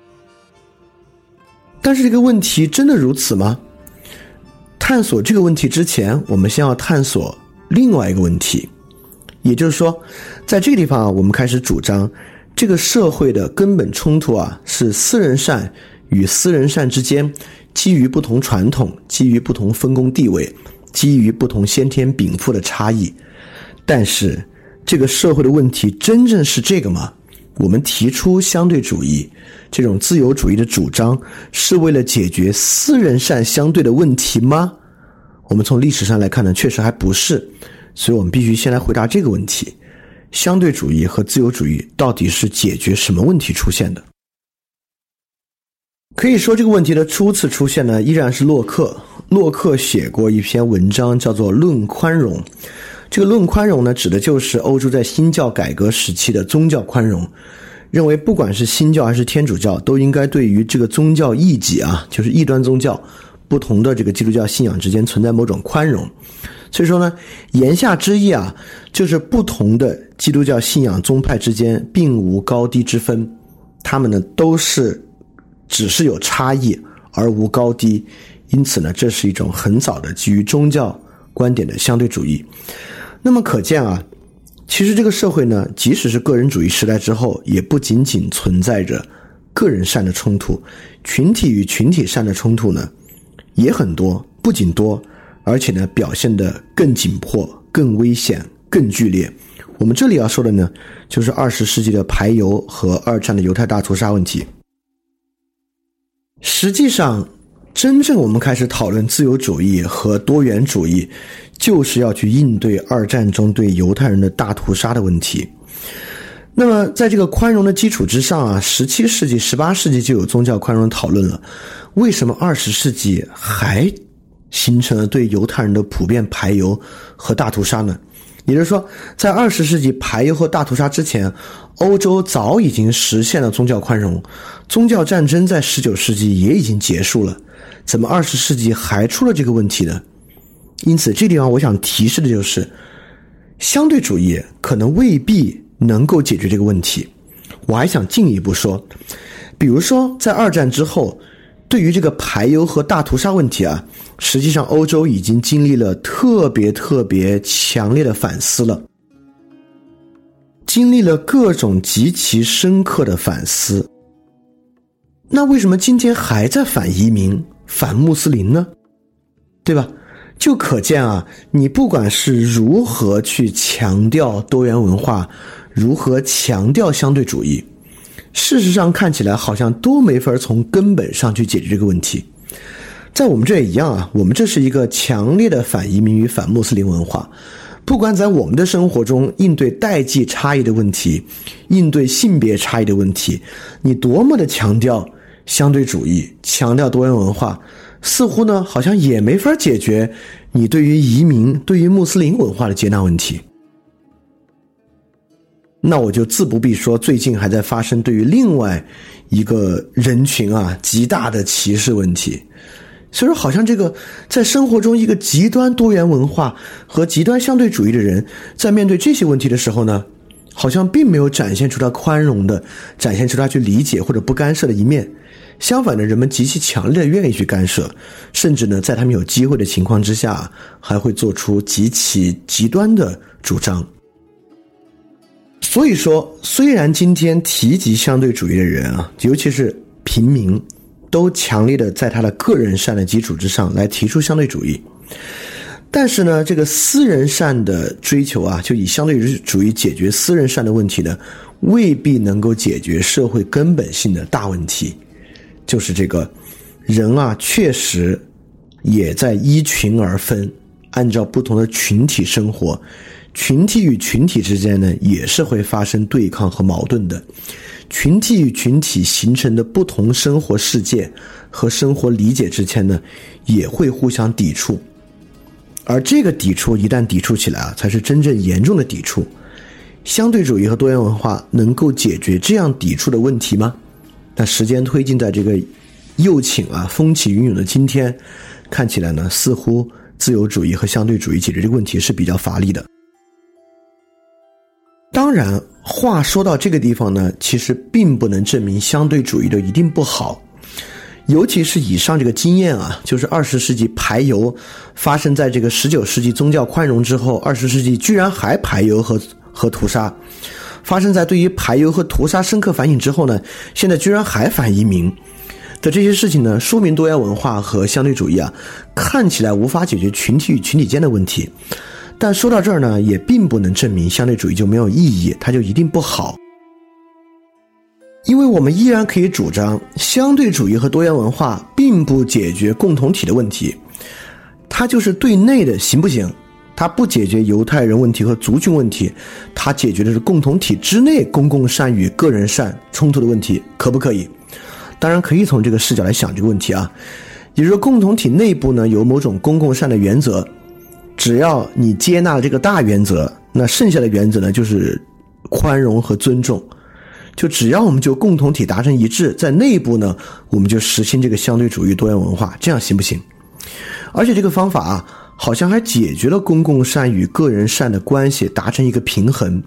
但是这个问题真的如此吗？探索这个问题之前，我们先要探索另外一个问题，也就是说在这个地方啊，我们开始主张这个社会的根本冲突啊是私人善与私人善之间基于不同传统，基于不同分工地位，基于不同先天禀赋的差异。但是这个社会的问题真正是这个吗？我们提出相对主义这种自由主义的主张是为了解决私人善相对的问题吗？我们从历史上来看呢，确实还不是。所以我们必须先来回答这个问题，相对主义和自由主义到底是解决什么问题出现的？可以说这个问题的初次出现呢，依然是洛克。洛克写过一篇文章叫做《论宽容》，这个论宽容呢，指的就是欧洲在新教改革时期的宗教宽容，认为不管是新教还是天主教，都应该对于这个宗教异己啊，就是异端宗教不同的这个基督教信仰之间存在某种宽容。所以说呢，言下之意啊，就是不同的基督教信仰宗派之间并无高低之分，他们呢都是只是有差异而无高低。因此呢，这是一种很早的基于宗教观点的相对主义。那么可见啊，其实这个社会呢，即使是个人主义时代之后，也不仅仅存在着个人善的冲突，群体与群体善的冲突呢也很多，不仅多，而且呢表现得更紧迫、更危险、更剧烈。我们这里要说的呢，就是二十世纪的排犹和二战的犹太大屠杀问题。实际上真正我们开始讨论自由主义和多元主义，就是要去应对二战中对犹太人的大屠杀的问题。那么在这个宽容的基础之上啊，十七世纪、十八世纪就有宗教宽容的讨论了，为什么二十世纪还形成了对犹太人的普遍排犹和大屠杀呢？ 也就是说，在二十世纪排犹和大屠杀之前，欧洲早已经实现了宗教宽容，宗教战争在十九世纪也已经结束了，怎么二十世纪还出了这个问题呢？因此这地方我想提示的就是，相对主义可能未必能够解决这个问题。我还想进一步说，比如说在二战之后，对于这个排犹和大屠杀问题啊，实际上欧洲已经经历了特别特别强烈的反思了，经历了各种极其深刻的反思。那为什么今天还在反移民、反穆斯林呢？对吧？就可见啊，你不管是如何去强调多元文化，如何强调相对主义，事实上看起来好像都没法从根本上去解决这个问题。在我们这也一样啊，我们这是一个强烈的反移民与反穆斯林文化，不管在我们的生活中应对代际差异的问题，应对性别差异的问题，你多么的强调相对主义，强调多元文化，似乎呢好像也没法解决你对于移民、对于穆斯林文化的接纳问题。那我就自不必说，最近还在发生对于另外一个人群啊极大的歧视问题。所以说好像这个在生活中一个极端多元文化和极端相对主义的人，在面对这些问题的时候呢，好像并没有展现出他宽容的，展现出他去理解或者不干涉的一面。相反的，人们极其强烈的愿意去干涉，甚至呢在他们有机会的情况之下，还会做出极其极端的主张。所以说，虽然今天提及相对主义的人啊，尤其是平民，都强烈的在他的个人善的基础之上来提出相对主义，但是呢，这个私人善的追求啊，就以相对主义解决私人善的问题呢，未必能够解决社会根本性的大问题。就是这个人啊，确实也在依群而分，按照不同的群体生活，群体与群体之间呢，也是会发生对抗和矛盾的。群体与群体形成的不同生活世界和生活理解之间呢，也会互相抵触。而这个抵触一旦抵触起来啊，才是真正严重的抵触。相对主义和多元文化能够解决这样抵触的问题吗？那时间推进在这个右倾啊风起云涌的今天，看起来呢，似乎自由主义和相对主义解决这个问题是比较乏力的。当然，话说到这个地方呢，其实并不能证明相对主义的一定不好。尤其是以上这个经验啊，就是二十世纪排犹发生在这个十九世纪宗教宽容之后，二十世纪居然还排犹和和屠杀，发生在对于排犹和屠杀深刻反省之后呢，现在居然还反移民的这些事情呢，说明多元文化和相对主义啊，看起来无法解决群体与群体间的问题。但说到这儿呢，也并不能证明相对主义就没有意义，它就一定不好。因为我们依然可以主张，相对主义和多元文化并不解决共同体的问题，它就是对内的行不行？它不解决犹太人问题和族群问题，它解决的是共同体之内公共善与个人善冲突的问题，可不可以？当然可以从这个视角来想这个问题啊。也就是说，共同体内部呢有某种公共善的原则，只要你接纳了这个大原则，那剩下的原则呢就是宽容和尊重。就只要我们就共同体达成一致，在内部呢我们就实行这个相对主义多元文化，这样行不行？而且这个方法啊，好像还解决了公共善与个人善的关系达成一个平衡。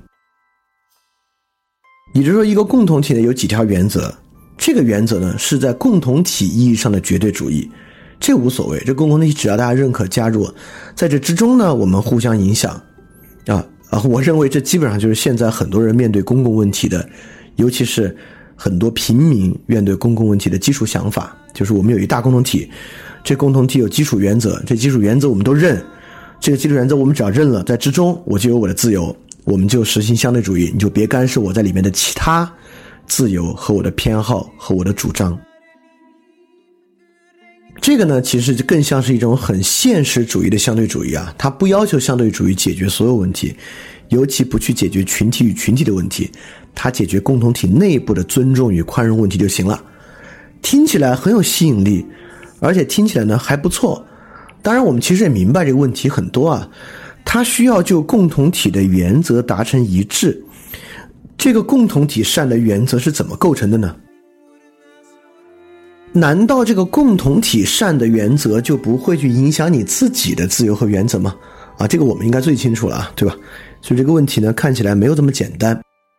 也就是说，一个共同体呢有几条原则，这个原则呢是在共同体意义上的绝对主义，这无所谓，这共同体只要大家认可加入，在这之中呢我们互相影响啊啊！我认为这基本上就是现在很多人面对公共问题的，尤其是很多平民面对公共问题的基础想法，就是我们有一大共同体，这共同体有基础原则，这基础原则我们都认，这个基础原则我们只要认了，在之中我就有我的自由，我们就实行相对主义，你就别干涉我在里面的其他自由和我的偏好和我的主张。这个呢其实更像是一种很现实主义的相对主义啊，它不要求相对主义解决所有问题，尤其不去解决群体与群体的问题，它解决共同体内部的尊重与宽容问题就行了。听起来很有吸引力，而且听起来呢还不错。当然我们其实也明白这个问题很多啊， 它需要就共同体的原则达成一致。这个共同体善的原则是怎么构成的呢？难道这个共同体善的原则就不会去影响你自己的自由和原则吗？啊，这个我们应该最清楚了，对吧？所以这个问题呢，看起来没有这么简单。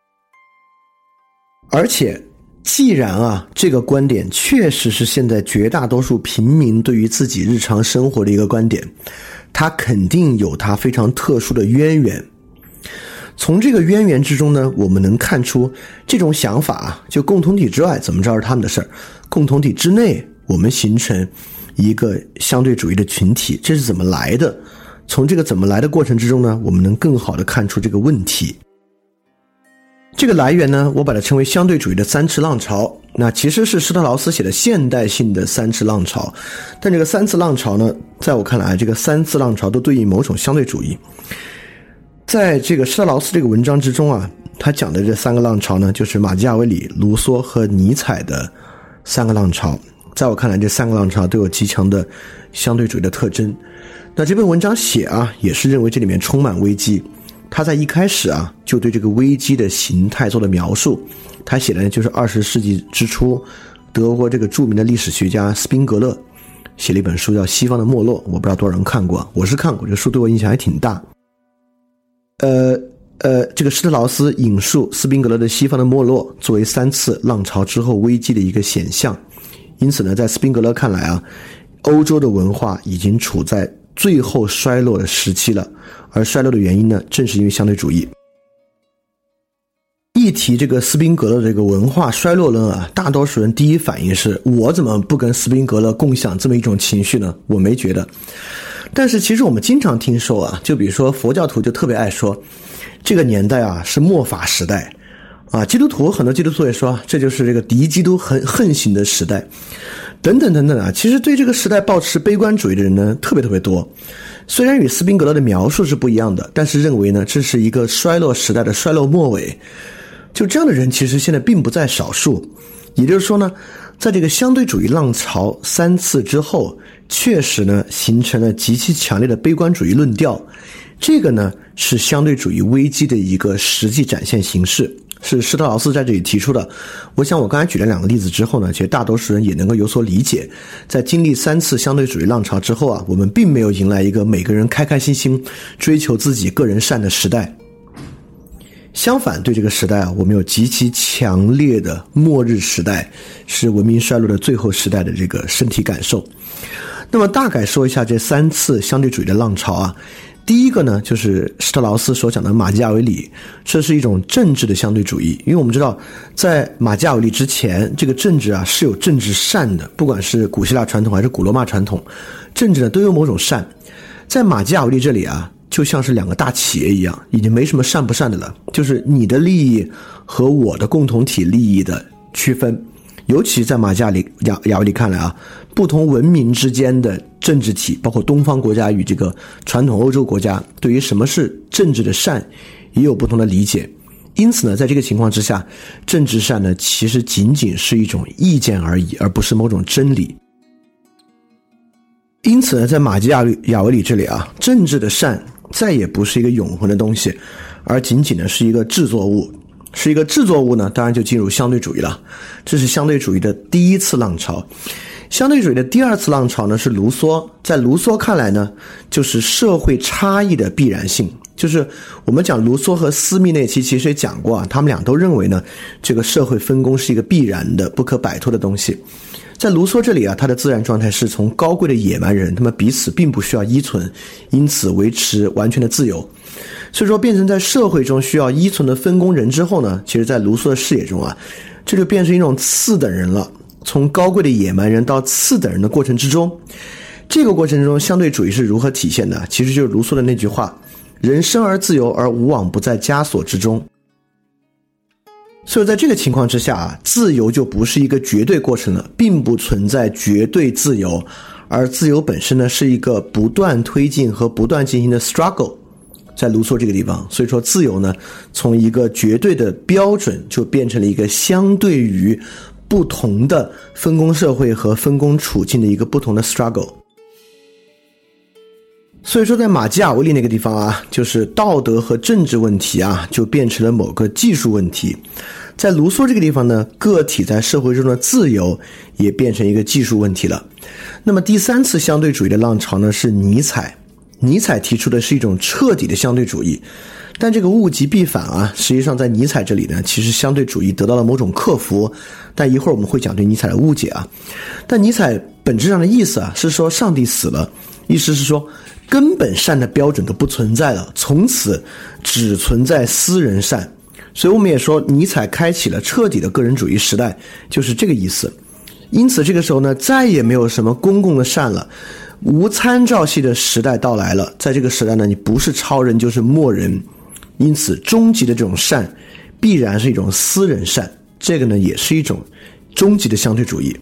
而且既然啊，这个观点确实是现在绝大多数平民对于自己日常生活的一个观点，它肯定有它非常特殊的渊源。从这个渊源之中呢，我们能看出这种想法啊，就共同体之外怎么着是他们的事儿，共同体之内我们形成一个相对主义的群体，这是怎么来的？从这个怎么来的过程之中呢，我们能更好的看出这个问题。这个来源呢，我把它称为相对主义的三次浪潮。那其实是施特劳斯写的现代性的三次浪潮，但这个三次浪潮呢，在我看来，这个三次浪潮都对应某种相对主义。在这个施特劳斯这个文章之中啊，他讲的这三个浪潮呢，就是马基雅维里、卢梭和尼采的三个浪潮。在我看来，这三个浪潮都有极强的相对主义的特征。那这篇文章写啊，也是认为这里面充满危机。他在一开始啊，就对这个危机的形态做了描述。他写的呢，就是二十世纪之初，德国这个著名的历史学家斯宾格勒写了一本书叫《西方的没落》，我不知道多少人看过，我是看过，这个书对我影响还挺大。呃呃，这个施特劳斯引述斯宾格勒的《西方的没落》作为三次浪潮之后危机的一个显象。因此呢，在斯宾格勒看来啊，欧洲的文化已经处在最后衰落的时期了，而衰落的原因呢，正是因为相对主义。一提这个斯宾格勒的这个文化衰落论啊，大多数人第一反应是，我怎么不跟斯宾格勒共享这么一种情绪呢？我没觉得。但是其实我们经常听说啊，就比如说佛教徒就特别爱说，这个年代啊是末法时代啊，基督徒很多基督徒也说，这就是这个敌基督横横行的时代，等等等等啊。其实对这个时代抱持悲观主义的人呢，特别特别多。虽然与斯宾格勒的描述是不一样的，但是认为呢，这是一个衰落时代的衰落末尾。就这样的人其实现在并不在少数。也就是说呢，在这个相对主义浪潮三次之后，确实呢形成了极其强烈的悲观主义论调。这个呢是相对主义危机的一个实际展现形式，是施特劳斯在这里提出的。我想我刚才举了两个例子之后呢，其实大多数人也能够有所理解。在经历三次相对主义浪潮之后啊，我们并没有迎来一个每个人开开心心追求自己个人善的时代。相反，对这个时代啊，我们有极其强烈的末日时代，是文明衰落的最后时代的这个身体感受。那么大概说一下这三次相对主义的浪潮啊。第一个呢，就是施特劳斯所讲的马基雅维里，这是一种政治的相对主义。因为我们知道，在马基雅维里之前，这个政治啊是有政治善的，不管是古希腊传统还是古罗马传统，政治呢都有某种善。在马基雅维利这里啊，就像是两个大企业一样，已经没什么善不善的了，就是你的利益和我的共同体利益的区分。尤其在马基雅维利看来啊，不同文明之间的政治体，包括东方国家与这个传统欧洲国家，对于什么是政治的善也有不同的理解。因此呢，在这个情况之下，政治善呢其实仅仅是一种意见而已，而不是某种真理。因此呢，在马基雅维里这里啊，政治的善再也不是一个永恒的东西，而仅仅呢是一个制作物。是一个制作物呢，当然就进入相对主义了。这是相对主义的第一次浪潮。相对主义的第二次浪潮呢，是卢梭。在卢梭看来呢，就是社会差异的必然性。就是我们讲卢梭和斯密那期其实也讲过啊，他们俩都认为呢，这个社会分工是一个必然的、不可摆脱的东西。在卢梭这里啊，他的自然状态是从高贵的野蛮人，他们彼此并不需要依存，因此维持完全的自由。所以说变成在社会中需要依存的分工人之后呢，其实在卢梭的视野中啊，这就变成一种次等人了。从高贵的野蛮人到次等人的过程之中，这个过程中相对主义是如何体现的？其实就是卢梭的那句话，人生而自由而无往不在枷锁之中。所以在这个情况之下啊，自由就不是一个绝对过程了，并不存在绝对自由，而自由本身呢是一个不断推进和不断进行的 struggle。在卢梭这个地方，所以说自由呢，从一个绝对的标准就变成了一个相对于不同的分工社会和分工处境的一个不同的 struggle。 所以说在马基雅维利那个地方啊，就是道德和政治问题啊就变成了某个技术问题。在卢梭这个地方呢，个体在社会中的自由也变成一个技术问题了。那么第三次相对主义的浪潮呢是尼采，尼采提出的是一种彻底的相对主义，但这个物极必反啊，实际上在尼采这里呢，其实相对主义得到了某种克服，但一会儿我们会讲对尼采的误解啊。但尼采本质上的意思啊是说上帝死了，意思是说根本善的标准都不存在了，从此只存在私人善。所以我们也说尼采开启了彻底的个人主义时代，就是这个意思。因此这个时候呢，再也没有什么公共的善了，无参照系的时代到来了。在这个时代呢，你不是超人就是末人，因此终极的这种善必然是一种私人善，这个呢也是一种终极的相对主义。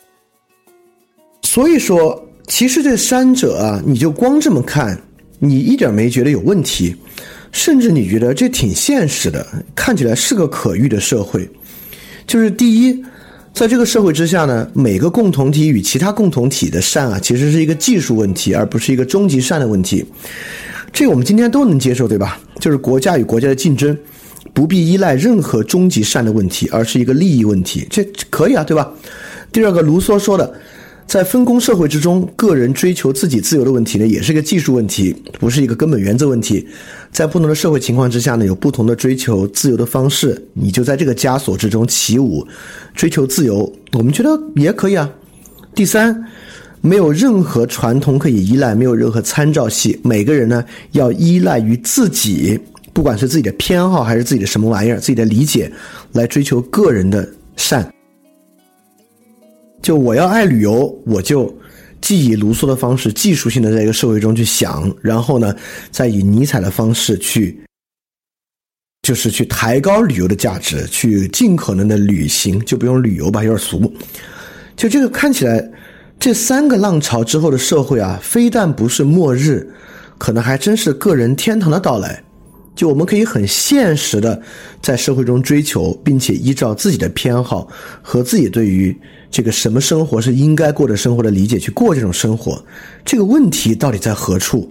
所以说其实这三者啊，你就光这么看，你一点没觉得有问题，甚至你觉得这挺现实的，看起来是个可遇的社会。就是第一，在这个社会之下呢，每个共同体与其他共同体的善啊，其实是一个技术问题，而不是一个终极善的问题。这个我们今天都能接受，对吧？就是国家与国家的竞争不必依赖任何终极善的问题，而是一个利益问题，这可以啊，对吧？第二个，卢梭说的在分工社会之中，个人追求自己自由的问题呢，也是一个技术问题，不是一个根本原则问题。在不同的社会情况之下呢，有不同的追求自由的方式，你就在这个枷锁之中起舞，追求自由，我们觉得也可以啊。第三，没有任何传统可以依赖，没有任何参照系，每个人呢要依赖于自己，不管是自己的偏好还是自己的什么玩意儿，自己的理解，来追求个人的善。就我要爱旅游，我就既以卢梭的方式技术性的在一个社会中去想，然后呢再以尼采的方式去就是去抬高旅游的价值，去尽可能的旅行，就不用旅游吧，有点俗。就这个看起来这三个浪潮之后的社会啊，非但不是末日，可能还真是个人天堂的到来。就我们可以很现实的在社会中追求，并且依照自己的偏好和自己对于这个什么生活是应该过的生活的理解去过这种生活。这个问题到底在何处？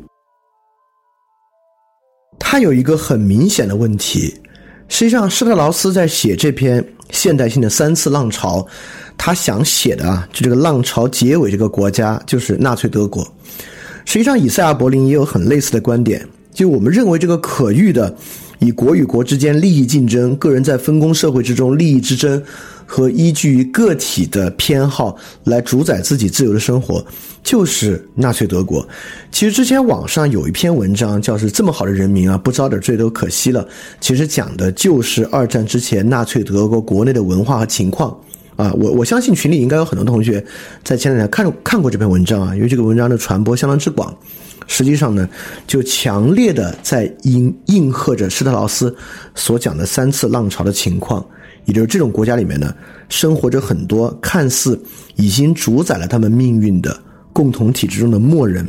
它有一个很明显的问题。实际上施特劳斯在写这篇现代性的三次浪潮，他想写的啊，就这个浪潮结尾这个国家就是纳粹德国。实际上以赛亚柏林也有很类似的观点，就我们认为这个可遇的以国与国之间利益竞争，个人在分工社会之中利益之争和依据于个体的偏好来主宰自己自由的生活，就是纳粹德国。其实之前网上有一篇文章叫是这么好的人民啊，不遭点罪都可惜了，其实讲的就是二战之前纳粹德国国内的文化和情况啊。我我相信群里应该有很多同学在前两天看看过这篇文章啊，因为这个文章的传播相当之广，实际上呢就强烈的在应应和着施特劳斯所讲的三次浪潮的情况。也就是这种国家里面呢，生活着很多看似已经主宰了他们命运的共同体之中的末人。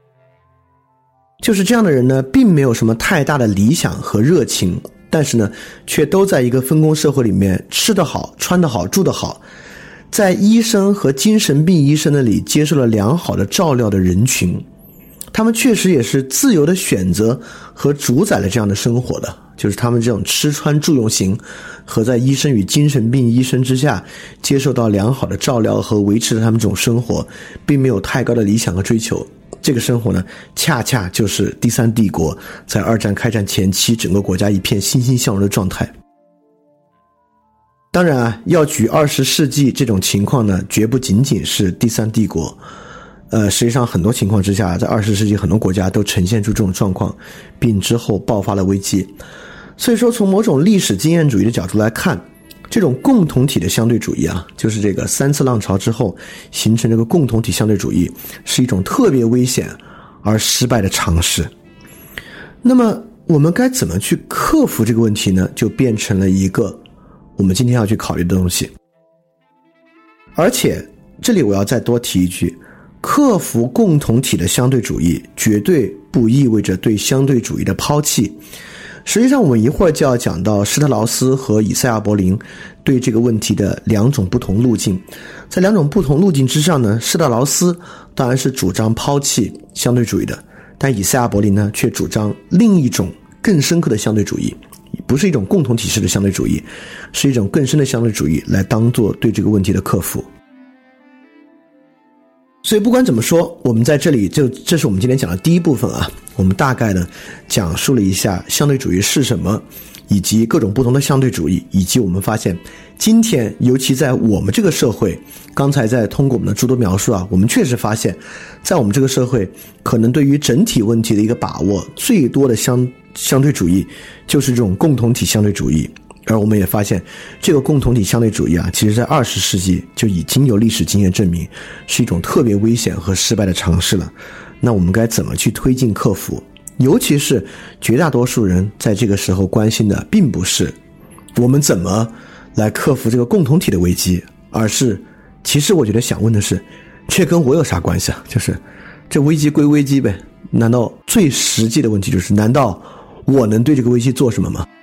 就是这样的人呢，并没有什么太大的理想和热情，但是呢，却都在一个分工社会里面吃得好、穿得好、住得好，在医生和精神病医生那里接受了良好的照料的人群。他们确实也是自由的选择和主宰了这样的生活的，就是他们这种吃穿住用行和在医生与精神病医生之下接受到良好的照料和维持了他们这种生活，并没有太高的理想和追求。这个生活呢，恰恰就是第三帝国在二战开战前期整个国家一片欣欣向荣的状态。当然啊，要举二十世纪这种情况呢，绝不仅仅是第三帝国。呃，实际上很多情况之下，在二十世纪很多国家都呈现出这种状况，并之后爆发了危机。所以说从某种历史经验主义的角度来看，这种共同体的相对主义啊，就是这个三次浪潮之后形成这个共同体相对主义，是一种特别危险而失败的尝试。那么我们该怎么去克服这个问题呢？就变成了一个我们今天要去考虑的东西。而且这里我要再多提一句，克服共同体的相对主义绝对不意味着对相对主义的抛弃。实际上我们一会儿就要讲到施特劳斯和以赛亚柏林对这个问题的两种不同路径。在两种不同路径之上呢，施特劳斯当然是主张抛弃相对主义的， 但以赛亚柏林呢却主张另一种更深刻的相对主义，不是一种共同体式的相对主义，是一种更深的相对主义来当做对这个问题的克服。所以不管怎么说，我们在这里就这是我们今天讲的第一部分啊，我们大概呢讲述了一下相对主义是什么，以及各种不同的相对主义，以及我们发现今天尤其在我们这个社会，刚才在通过我们的诸多描述啊，我们确实发现在我们这个社会可能对于整体问题的一个把握最多的相相对主义就是这种共同体相对主义。而我们也发现这个共同体相对主义啊，其实在二十世纪就已经有历史经验证明是一种特别危险和失败的尝试了。那我们该怎么去推进克服？尤其是绝大多数人在这个时候关心的并不是我们怎么来克服这个共同体的危机，而是其实我觉得想问的是，这跟我有啥关系啊？就是这危机归危机呗，难道最实际的问题就是难道我能对这个危机做什么吗？